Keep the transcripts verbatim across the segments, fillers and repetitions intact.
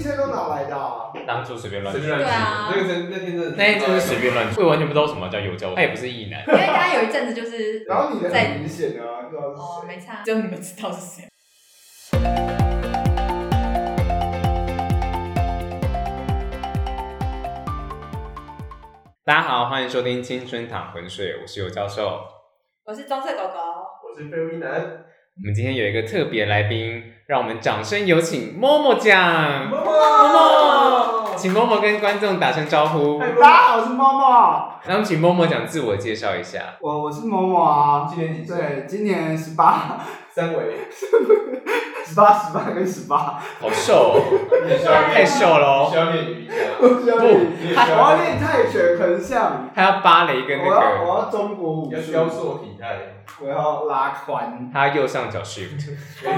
车都哪来的啊？ 当初随便乱取， 对啊，那个真那天真的那一阵是随便乱取，我完全不知道什么叫有教，他也不是异男。 因为大家有一阵子就是， 然后你的很明显啊，不知道是谁。 哦，没差，只有你们知道是谁。 大家好，欢迎收听青春淌浑水，我是尤教授， 我是棕色狗狗， 我是废物一男。 我们今天有一个特别来宾，让我们掌声有请默默酱。 默默，请默默跟观众打声招呼。 大家好，我是默默。 那我们请默默酱自我介绍一下。 我我是默默啊， 今年几岁？ 对，今年十八， 三围， 十八十八跟十八， 好瘦哦，太瘦了哦。 需要练瑜伽， 我需要练， 不， 我要练泰拳横向， 还要芭蕾跟那我要我个， 要中国武术， 要雕塑体态， 我要拉宽， 他右上角 shift。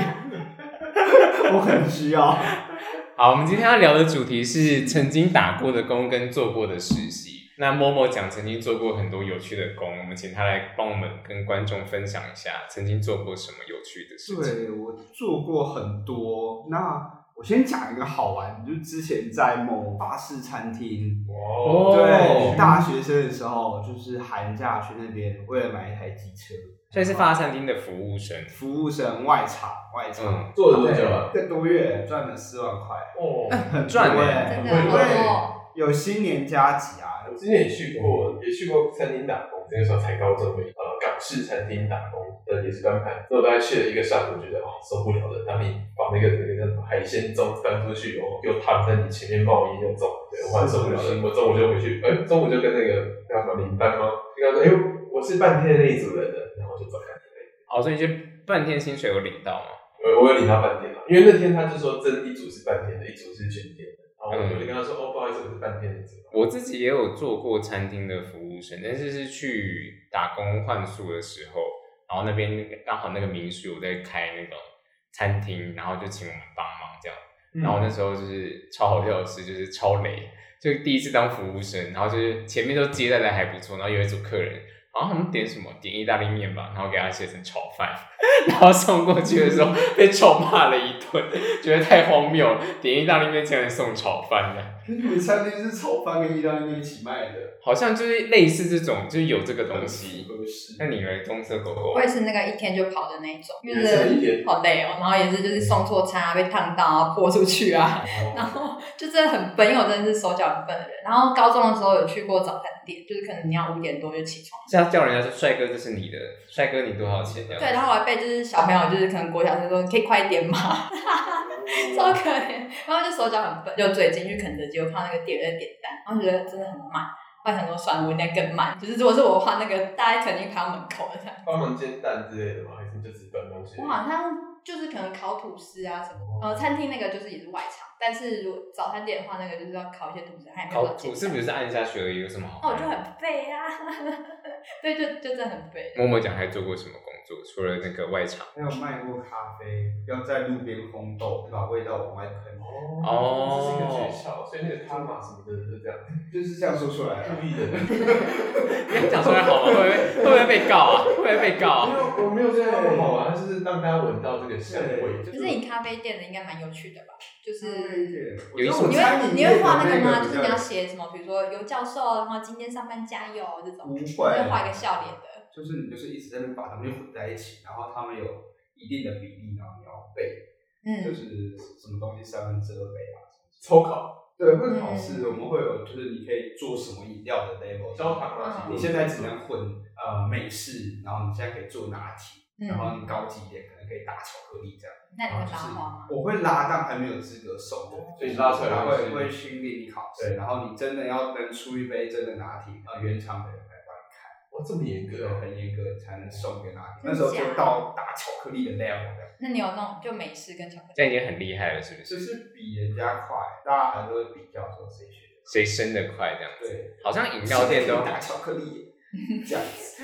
我很需要。 好，我们今天要聊的主题是曾经打过的工跟做过的实习。那默默讲曾经做过很多有趣的工，我们请他来帮我们跟观众分享一下曾经做过什么有趣的事情。 对，我做过很多。那我先讲一个好玩，就是之前在某法式餐厅， 哦对，大学生的时候，就是寒假去那边，为了买一台机车， 所以是法餐厅的服务生， 服务生外场，外场、 嗯、 做了多久啊？ 一个多月赚了四万块， 哦， 很赚的， 真的因为哦。 有新年加急啊。 我之前也去过，也去过餐厅打工，那个时候才高中而已，呃，港式餐厅打工，呃，也是翻盘。那我大概去了一个上午，觉得哦受不了了，他们把那个那个叫什么海鲜粥翻出去，哦，又烫在你前面冒烟又重，对，我还受不了了。我中午就回去，呃，中午就跟那个叫什么领班吗？跟他说，哎、欸，我是半天那一组人的，然后就走开。 哦，所以你就半天薪水有领到吗？ 我我有领到半天了，因为那天他就说真一组是半天的，一组是全天的。然后我就跟他说：“嗯、哦，不好意思，我是半天的。” 我自己也有做过餐厅的服务生，但是是去打工换宿的时候，然后那边刚好那个民宿有在开那种餐厅，然后就请我们帮忙这样。嗯、然后那时候就是超好笑的事，就是超雷，就第一次当服务生，然后就是前面都接待的还不错，然后有一组客人，然后他们点什么？点意大利面吧，然后给他写成炒饭。然后送过去的时候被臭骂了一顿，觉得太荒谬了，点意大利面竟然送炒饭的。 可是你们餐厅是炒饭跟意大利面一起卖的？ 好像就是类似这种，就是有这个东西。那你呢？棕色狗狗？ 我也是那个一天就跑的那种，因为好累哦，然后也是就是送错餐啊，被烫到啊，泼出去啊，哦、然后就真的很笨，因为我真的是手脚很笨的人。然后高中的时候有去过早餐店，就是可能你要五点多就起床， 是要叫人家说帅哥这是你的，帅哥你多少钱？ 对，然后我还被就是小朋友就是可能国小就说你可以快一点吗？超可怜，然后就手脚很笨，就嘴进去肯德基，我看那个店员在点单，然后觉得真的很慢。我想说算了，我应该更慢。就是如果是我的话，那个大家肯定排到门口了这样。 帮忙煎蛋之类的吗？还是就只搬东西？ 我好像就是可能烤吐司啊什么。呃，餐厅那个就是也是外场，但是如果早餐店的话，那个就是要烤一些吐司，还有烤吐司不是按下去而已，有什么好？ 那我就很废啊。对，就就真的很废。 默默讲还做过什么工作？除了那个外场， 还有卖过咖啡，要在路边烘豆，把味道往外喷。 哦， 这是一个诀窍，所以那个汤马什么的就是这样， 就是这样说出来的。 故意的。 你讲出来好吗？会不会会不会被告啊？会不会被告、啊？ 没有，我没有说它不好玩，就是让大家闻到这个香味。 可是你咖啡店的应该蛮有趣的吧？就是有一种你会你会画那个吗？就是你要写什么，比如说尤教授，然后今天上班加油这种， 不会， 你会画一个笑脸的。 就是你就是一直在那边把它们混在一起，然后它们有一定的比例，然后你要背，嗯，就是什么东西三分之二杯啊， 抽考， 对，会考试，我们会有就是你可以做什么饮料的 level， 焦糖啊， 你现在只能混呃美式，然后你现在可以做拿铁，然后你高级一点可能可以打巧克力这样。 那你会拉花吗？ 我会拉，但还没有资格送， 所以拉出来会会训练你考试，然后你真的要能出一杯真的拿铁，呃，原厂的人。 哇，这么严格， 很严格才能送给拿铁。那时候就到打巧克力的 level 的。 那你有那种就美式跟巧克力？ 这已经很厉害了，是不是？ 就是比人家快，大家还是会比较说谁学的， 谁升得快这样子。 对， 好像饮料店都打巧克力这样子。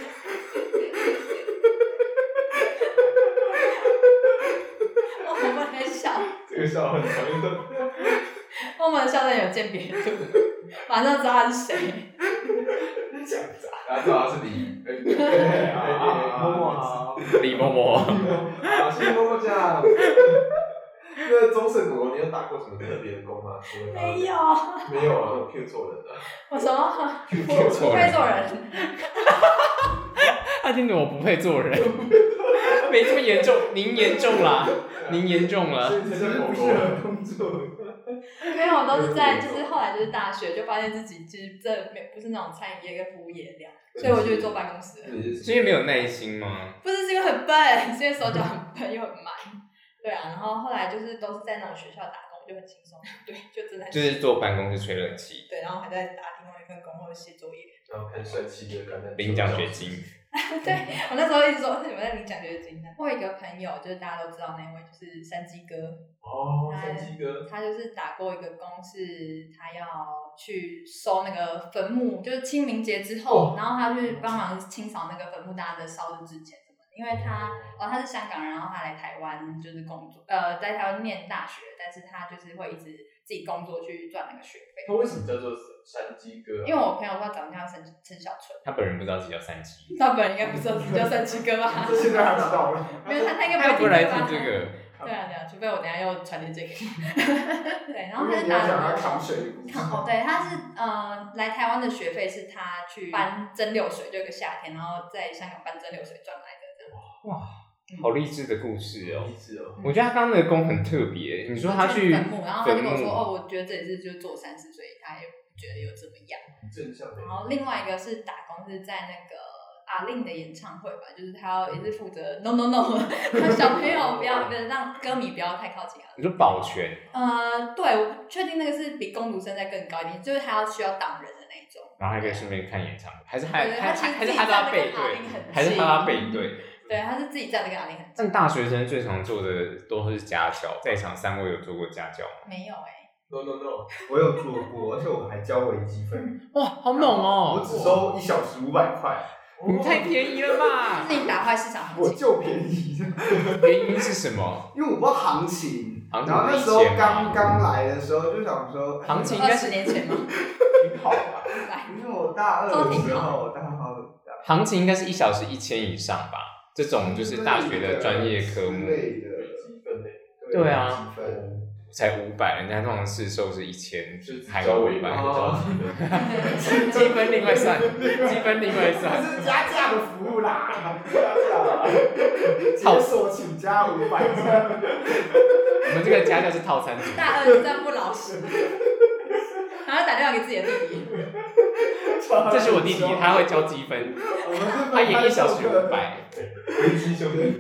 我们很小， 这个笑很长一段。 我们的笑声有鉴别度，马上知道他是谁。 这样子啊， 大家知道他是李， 默默好， 李默默， 好，谢谢默默酱。 那棕色狗狗，你有打过什么特别的工吗？ 没有， 没有啊，那种 Q 错人啊。 我什么？ Q 错人， 不配做人。 他听着我不配做人，没这么严重，您严重啦，您严重了。 所以才叫狗狗工作。 没有，都是在就是后来就是大学就发现自己其实这没不是那种餐饮业跟服务业料，所以我就去做办公室了。 是因为没有耐心吗？ 不是，是因为很笨，是因为手脚很笨又很慢。对啊，然后后来就是都是在那种学校打工，就很轻松。对，就真的就是坐办公室吹冷气。 对，然后还在打另外一份工或者写作业。 然后看帅气的橄榄。 领奖学金。 对，我那时候一直说你们在领奖学金呢。我有一个朋友，就是大家都知道那位，就是山鸡哥。 哦，山鸡哥。 他就是打过一个工，是他要去收那个坟墓，就是清明节之后，哦、然后他去帮忙清扫那个坟墓，大家的烧日之前什么的。因为他哦，他是香港人，然后他来台湾就是工作，呃，在台湾念大学，但是他就是会一直自己工作去赚那个学费。 他为什么叫做山鸡哥、啊？ 因为我朋友说长得像陈陈小春， 他本人不知道自己叫山鸡， 他本人应该不知道自己叫山鸡哥吧？ 这现在还知道了， 因为他他应该不会来听这个。 对啊对啊，除非我等一下又传链接给你。对，然后他是打讲他扛水， 哦，对，他是呃来台湾的学费是他去搬蒸馏水，就一个夏天，然后在香港搬蒸馏水赚来的这样。 哇，好励志的故事哦！ 励志哦！ 我觉得他刚刚那个工很特别。你说他去坟墓，然后他就跟我说：“哦，我觉得这也是就是做善事，所以他也觉得有怎么样。” 正向的。 然后另外一个是打工是在那个阿令的演唱会吧，就是他要也是负责 no no no， 小朋友不要，不是让歌迷不要太靠近啊。 你说保全？ 呃，对，我确定那个是比工读生再更高一点，就是他要需要挡人的那一种。 然后还可以顺便看演唱会，还是还还还是他他背对，还是他他背对。 对，他是自己站的跟阿令很近。 但大学生最常做的都是家教，在场三位有做过家教吗？ 没有哎、欸。 No no no， 我有做过，而且我还教微积分。 哇，好猛哦！ 我只收一小时五百块， 你太便宜了吧？ 是你打坏市场行情。 我就便宜。 原因是什么？ 因为我不知道行情， 行情然后那时候刚刚来的时候就想说， 行情应该二十年前吗？ 挺好吧？因为我大二的时候，我大二行情应该是一小时一千以上吧。这种就是大学的专业科目，对啊，才五百，人家通常市售是一千，还有五百，积分另外算，积分另外算， 这是加价的服务啦，解锁请加五百。 我们这个家教是套餐组， 大二就这样不老实，然后打电话给自己的弟弟。 这是我弟弟，他会交积分，他演一小时五百。 危机兄弟。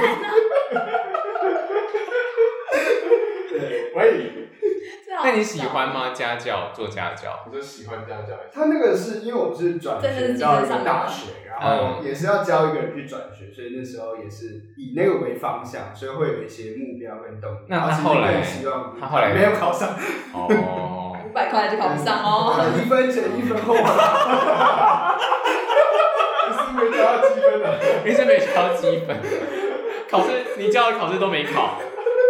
对，喂。 那你喜欢吗？家教做家教？ 我就喜欢家教。 他那个是因为我是转学到一个大学，然后也是要教一个人去转学，所以那时候也是以那个为方向，所以会有一些目标跟动力。 那他后来，他后来没有考上。 哦。 五百块就考不上哦。 一分钱一分货。 你是没交到积分的， 你是没交积分，考试你交的考试都没考。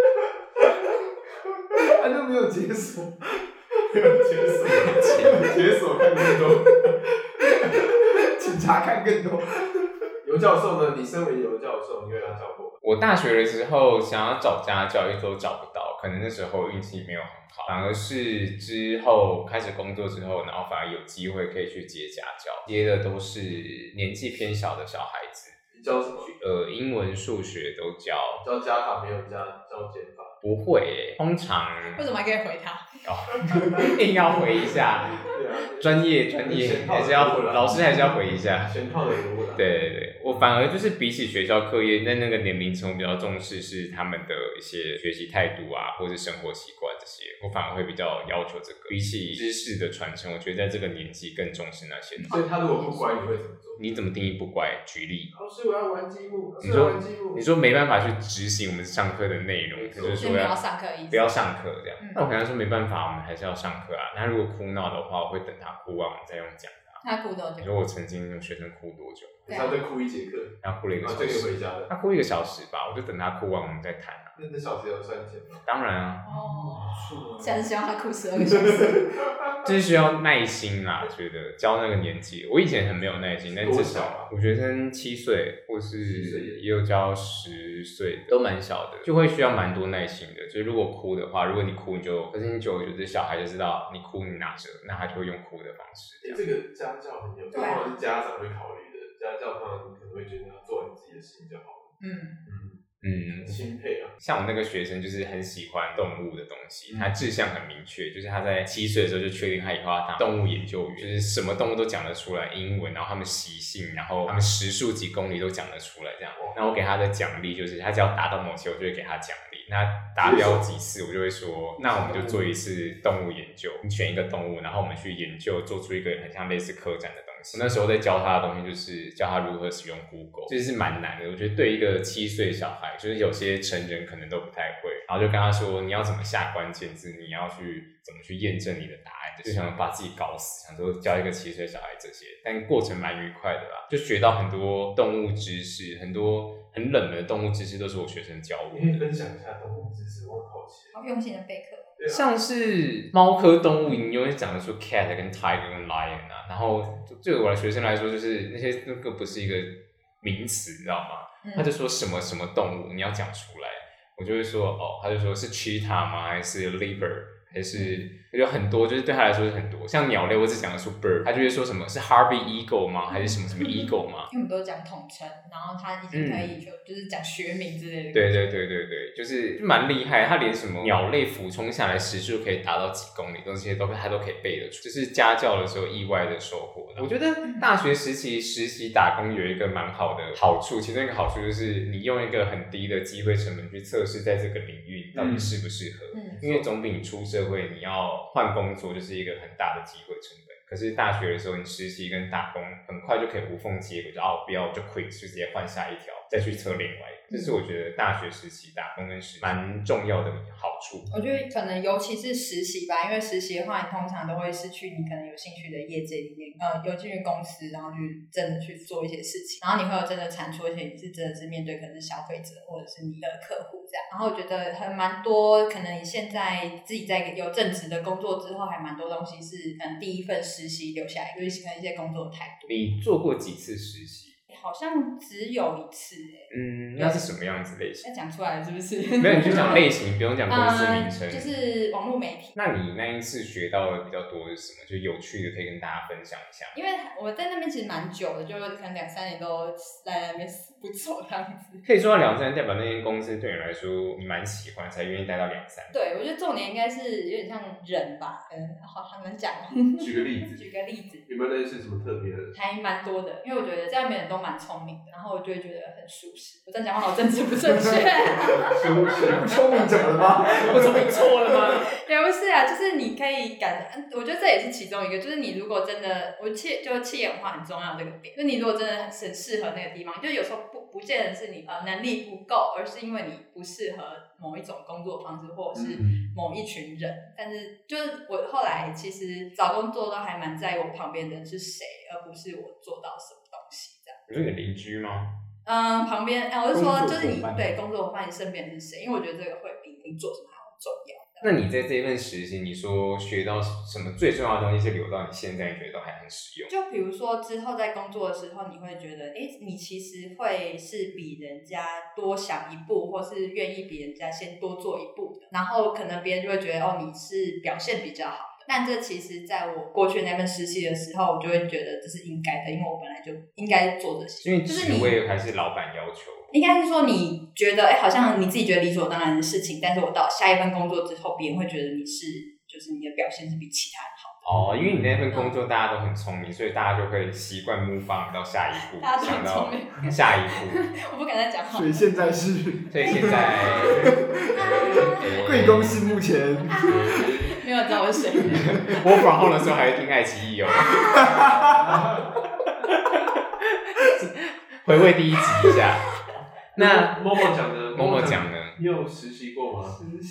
他就没有解锁， 没有解锁，解锁看更多， 请查看更多。 尤教授呢？你身为尤教授，你会当教过？ 我大学的时候想要找家教，一直都找不到，可能那时候运气没有很好。反而是之后开始工作之后，然后反而有机会可以去接家教，接的都是年纪偏小的小孩子。 你教什么？ 呃，英文、数学都教。 教加法没有教教减法？ 不会耶，通常。 为什么还可以回他？ 哦，硬要回一下。 对啊。专业专业还是要老师还是要回一下。 全套的服务啦。 对对对，我反而就是比起学校课业，在那个年龄层比较重视是他们的一些学习态度啊，或是生活习惯这些，我反而会比较要求这个。比起知识的传承，我觉得在这个年纪更重视那些。 所以他如果不乖，你会怎么做？ 你怎么定义不乖？举例。 老师，我要玩积木。 你说你说没办法去执行我们上课的内容，就是说要上课意思， 不要上课这样。那、嗯、我可能说没办法，我们还是要上课啊。那如果哭闹的话，我会等他哭完，我们再用讲的、啊。 他哭多久？ 你说我曾经有学生哭多久？ 然后再哭一节课， 然后哭了一个小时， 然后就可以回家了。 他哭一个小时吧，我就等他哭完，我们再谈啊。 那那小时有算钱吗？ 当然啊。 哦，现在是希望他哭十二个小时。 就是需要耐心啦，觉得教那个年纪，我以前很没有耐心，但至少我学生七岁或是也有教十岁的，都蛮小的，就会需要蛮多耐心的。就是如果哭的话，如果你哭你就，可是你久了，有的小孩就知道你哭你拿着，那他就会用哭的方式。 欸、这个家教很有，这往往是家长会考虑的。家教通常可能会觉得要做完自己的事情就好了。嗯嗯。嗯，钦佩啊！像我那个学生就是很喜欢动物的东西，他志向很明确，就是他在七岁的时候就确定他以后要当动物研究员，就是什么动物都讲得出来，英文，然后他们习性，然后他们时速几公里都讲得出来，这样。那我给他的奖励就是，他只要达到某些，我就会给他奖励。那达标几次，我就会说，那我们就做一次动物研究，你选一个动物，然后我们去研究，做出一个很像类似科展的东西。我那时候在教他的东西就是教他如何使用 Google， 就是蛮难的。我觉得对一个七岁小孩，就是有些成人可能都不太会，然后就跟他说你要怎么下关键字，你要去怎么去验证你的答案，就想把自己搞死，想说教一个七岁小孩这些，但过程蛮愉快的啦，就学到很多动物知识，很多很冷门的动物知识都是我学生教我的。你可以分享一下动物知识，我很好奇。 好用心的备课。 像是猫科动物，你永远讲得出 cat 跟 tiger 跟 lion 啊，然后对我的学生来说，就是那些那个不是一个名词，你知道吗？嗯、他就说什么什么动物你要讲出来，我就会说哦，他就说是 cheetah 吗？还是 leopard？还是有很多，就是对他来说是很多，像鸟类我只讲得出 bird， 他就会说什么是 Harvey Eagle 吗？还是什么什么 Eagle 吗？ 因为我们都讲统称，然后他已经可以就、嗯、就是讲学名之类的。 对对对对对，就是蛮厉害，他连什么鸟类俯冲下来时速可以达到几公里，这些都他都可以背得出，就是家教的时候意外的收获。我觉得大学时期实习打工有一个蛮好的好处，其中一个好处就是你用一个很低的机会成本去测试在这个领域到底适不适合，嗯、因为总比你出社会你要换工作就是一个很大的机会成本。可是大学的时候，你实习跟打工很快就可以无缝接轨，就哦不要就 quit， 就直接换下一条，再去测另外一个。这是我觉得大学时期打工跟实习蛮重要的好处。 我觉得可能尤其是实习吧，因为实习的话，你通常都会失去你可能有兴趣的业界里面，呃，有进去公司，然后去真的去做一些事情，然后你会有真的产出，而且你是真的是面对可能是消费者或者是你的客户这样。然后我觉得还蛮多，可能你现在自己在有正职的工作之后，还蛮多东西是可能第一份实习留下来，就是可能一些工作的态度。 你做过几次实习？ 好像只有一次诶、欸。 嗯，那是什么样子类型？ 要讲出来是不是？ 没有，你就讲类型，不用讲公司名称、嗯。 就是网络媒体。 那你那一次学到的比较多的是什么？就有趣的可以跟大家分享一下。 因为我在那边其实蛮久的，就可能两三年都在那边不走这样子。 可以说到两三年，代表那间公司对你来说你蛮喜欢，才愿意待到两三年。 对，我觉得重点应该是有点像人吧，嗯，好好难讲哦。 举个例子。 举个例子。 有没有认识什么特别的？ 还蛮多的，因为我觉得在外面人都蛮聪明的，然后我就会觉得很舒适。我这样讲话好政治不正确。 舒适，聪明怎么了吗？ 我聪明错了吗？ 也不是啊，就是你可以感，我觉得这也是其中一个，就是你如果真的，我企就企业文化很重要这个点，就你如果真的很适合那个地方，就有时候不不见得是你呃能力不够，而是因为你不适合某一种工作方式，或者是某一群人。嗯、但是就是我后来其实找工作都还蛮在意我旁边的人是谁，而不是我做到什么东西这样。 你是你的邻居吗？ 嗯，旁边，哎，我是说，就是你对工作伙伴，你身边是谁？因为我觉得这个会比你做什么还要重要。 那你在这份实习，你说学到什么最重要的东西是留到你现在，你觉得都还很实用？ 就比如说之后在工作的时候，你会觉得，哎，你其实会是比人家多想一步，或是愿意比人家先多做一步的。然后可能别人就会觉得，哦，你是表现比较好。但这其实在我过去那份实习的时候，我就会觉得这是应该的，因为我本来就应该做这些。 因为职位还是老板要求。 应该是说你觉得，哎，好像你自己觉得理所当然的事情，但是我到下一份工作之后，别人会觉得你是，就是你的表现是比其他人好的。 哦，因为你那份工作大家都很聪明，所以大家就会习惯 move on 到下一步， 大家都很聪明， 下一步。 我不敢再讲话。 所以现在是， 所以现在贵公司目前没有知道我是谁。 我访后的时候还会听爱奇艺哦。回味第一集一下。那默默讲的， 默默讲的， 你有实习过吗？ 实习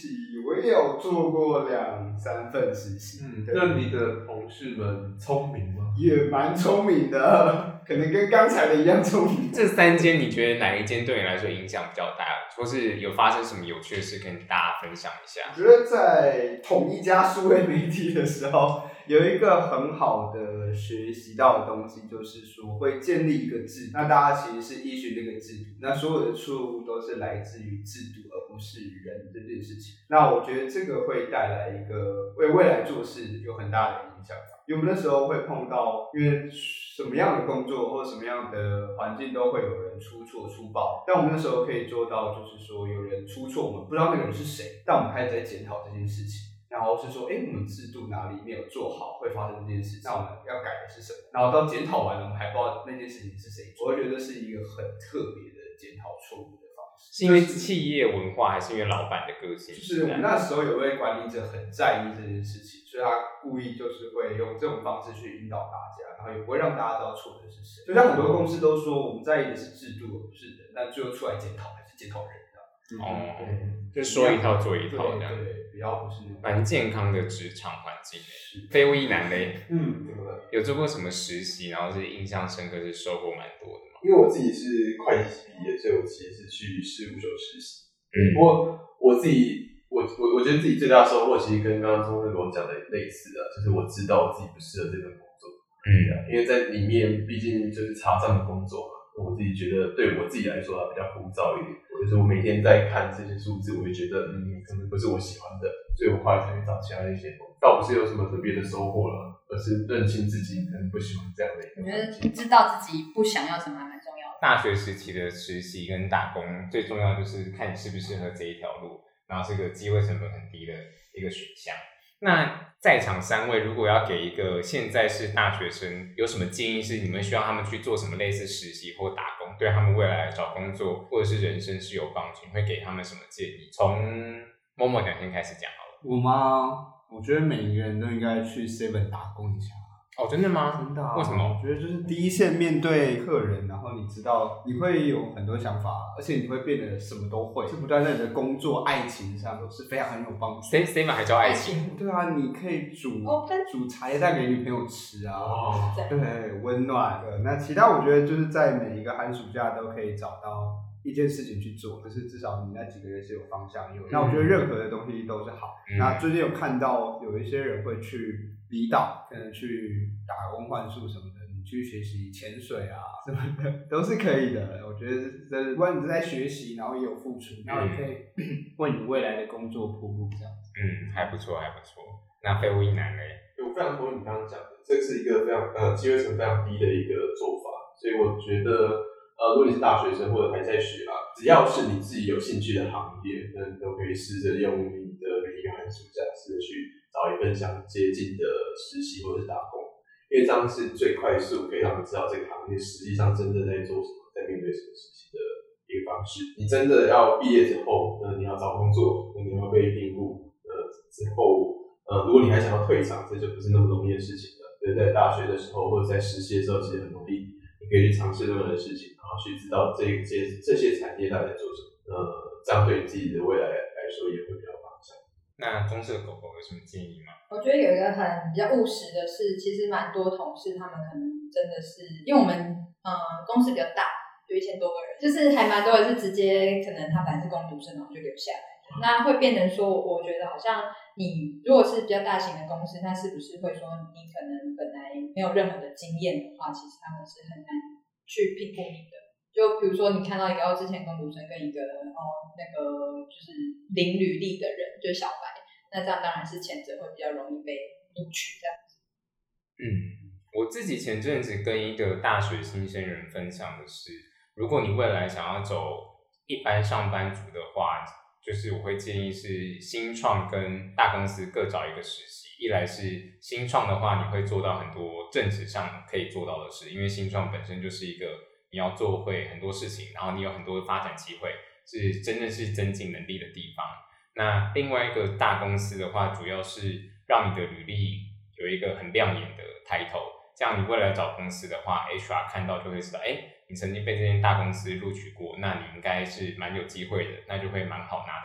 我也有做过两三份实习。 嗯，那你的同事们聪明吗？ 也蛮聪明的，可能跟刚才的一样聪明。 这三间你觉得哪一间对你来说影响比较大，或是有发生什么有趣的事跟大家分享一下？ 我觉得在同一家数位媒体的时候，有一个很好的学习到的东西，就是说会建立一个制度。那大家其实是依循那个制度，那所有的错误都是来自于制度，而不是人这件事情。那我觉得这个会带来一个为未来做事有很大的影响。因为我们那时候会碰到，因为什么样的工作或什么样的环境都会有人出错出包，但我们那时候可以做到，就是说有人出错，我们不知道那个人是谁，但我们开始在检讨这件事情，然后是说，哎，我们制度哪里没有做好，会发生这件事，那我们要改的是什么？然后到检讨完了，我们还不知道那件事情是谁做，我会觉得是一个很特别的检讨错误的方式。 是因为企业文化，还是因为老板的个性？ 就是我们那时候有位管理者很在意这件事情，所以他故意就是会用这种方式去引导大家，然后也不会让大家知道错的是谁。就像很多公司都说，我们在意的是制度，而不是人，但最后出来检讨还是检讨人的。 哦，就说一套做一套这样， 对，比较不是蛮健康的职场环境。废物一男嘞， 嗯，怎么了？ 有做过什么实习，然后是印象深刻，是收获蛮多的吗？ 因为我自己是会计系毕业，所以我其实是去事务所实习。 嗯， 不过我自己，我我我觉得自己最大的收获，其实跟刚刚钟正龙讲的类似啊，就是我知道我自己不适合这份工作。 嗯， 因为在里面毕竟就是查账的工作嘛。我自己觉得对我自己来说它比较枯燥一点，就是我每天在看这些数字，我会觉得嗯，可能不是我喜欢的，所以我后来才会找其他的一些工作。倒不是有什么特别的收获了，而是认清自己可能不喜欢这样的一个。 我觉得知道自己不想要什么还蛮重要的。 大学时期的实习跟打工，最重要就是看你适不适合这一条路，然后是个机会成本很低的一个选项。那在场三位如果要给一个现在是大学生，有什么建议是你们需要他们去做什么类似实习或打工，对他们未来找工作或者是人生是有帮助，你会给他们什么建议？从默默讲先开始讲好了。 我吗？我觉得每一个人都应该去 seven 打工一下。 哦，真的吗？ 真的啊？ 为什么？ 我觉得就是第一线面对客人，然后你知道你会有很多想法，而且你会变得什么都会，是不断在你的工作、爱情上都是非常很有帮助。 谁谁嘛还叫爱情？ 对啊，你可以煮、 哦、 煮茶叶蛋给女朋友吃啊， 哦， 对，温暖的。那其他我觉得就是在每一个寒暑假都可以找到一件事情去做，可是至少你那几个月是有方向有。那我觉得任何的东西都是好。嗯、那最近有看到有一些人会去离岛，可能去打工换宿什么的，你去学习潜水啊什么的都是可以的。我觉得这不管你是在学习，然后也有付出，然后也可以为你未来的工作铺路这样子。 嗯，还不错，还不错。那废物一男呢？ 我非常同意你刚刚讲的，这是一个非常呃机会成本非常低的一个做法，所以我觉得。呃，如果你是大学生或者还在学啊，只要是你自己有兴趣的行业，那你都可以试着用你的每一个寒暑假，试着去找一份相接近的实习或者是打工，因为这样是最快速可以让你知道这个行业实际上真正在做什么，在面对什么事情的一个方式。你真的要毕业之后，呃，你要找工作，你要被评估，呃，之后，呃，如果你还想要退场，这就不是那么容易的事情了。所以在大学的时候或者在实习的时候，其实很容易。你可以去尝试任何的事情，然后去知道这些这些产业它在做什么，呃，这样对你自己的未来来说也会比较有帮助。 那棕色狗狗有什么建议吗？ 我觉得有一个很比较务实的是，其实蛮多同事他们可能真的是，因为我们呃公司比较大，有一千多个人，就是还蛮多人是直接可能他本来是工读生，然后就留下来的，嗯、那会变成说，我觉得好像你如果是比较大型的公司，那是不是会说你可能本来没有任何的经验的话，其实他们是很难去评估你的。就比如说你看到一个哦之前工读生跟一个哦那个就是零履历的人，就是小白，那这样当然是前者会比较容易被录取这样子。 嗯，我自己前阵子跟一个大学新鲜人分享的是，如果你未来想要走一般上班族的话，就是我会建议是新创跟大公司各找一个实习。一来是新创的话，你会做到很多正职上可以做到的事，因为新创本身就是一个你要做会很多事情，然后你有很多发展机会，是真正是增进能力的地方。那另外一个大公司的话，主要是让你的履历有一个很亮眼的抬头，这样你未来找公司的话 H R 看到就会知道，哎，你曾经被这间大公司录取过，那你应该是蛮有机会的，那就会蛮好拿到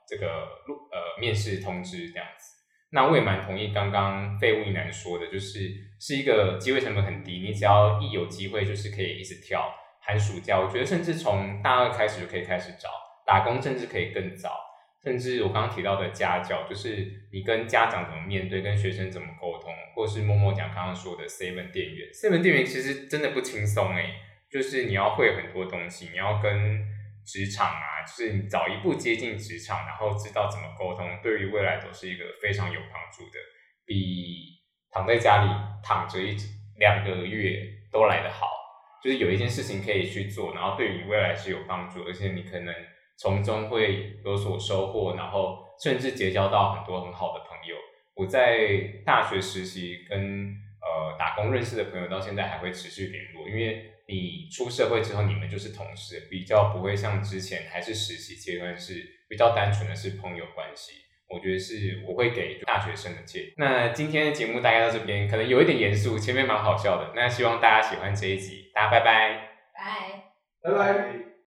这个呃面试通知这样子。那我也蛮同意刚刚废物一男说的，就是是一个机会成本很低，你只要一有机会就是可以一直跳。寒暑假，我觉得甚至从大二开始就可以开始找打工，甚至可以更早。甚至我刚刚提到的家教，就是你跟家长怎么面对，跟学生怎么沟通，或是默默讲刚刚说的 seven 店员 ，seven 店员其实真的不轻松诶，就是你要会很多东西，你要跟职场啊，就是你早一步接近职场，然后知道怎么沟通，对于未来都是一个非常有帮助的，比躺在家里躺着一两个月都来得好。就是有一件事情可以去做，然后对你未来是有帮助，而且你可能从中会有所收获，然后甚至结交到很多很好的朋友。我在大学时期跟呃打工认识的朋友，到现在还会持续联络，因为你出社会之后，你们就是同事，比较不会像之前还是实习阶段是比较单纯的是朋友关系。我觉得是我会给大学生的建议。那今天的节目大概到这边，可能有一点严肃，前面蛮好笑的。那希望大家喜欢这一集，大家拜拜， 拜拜拜。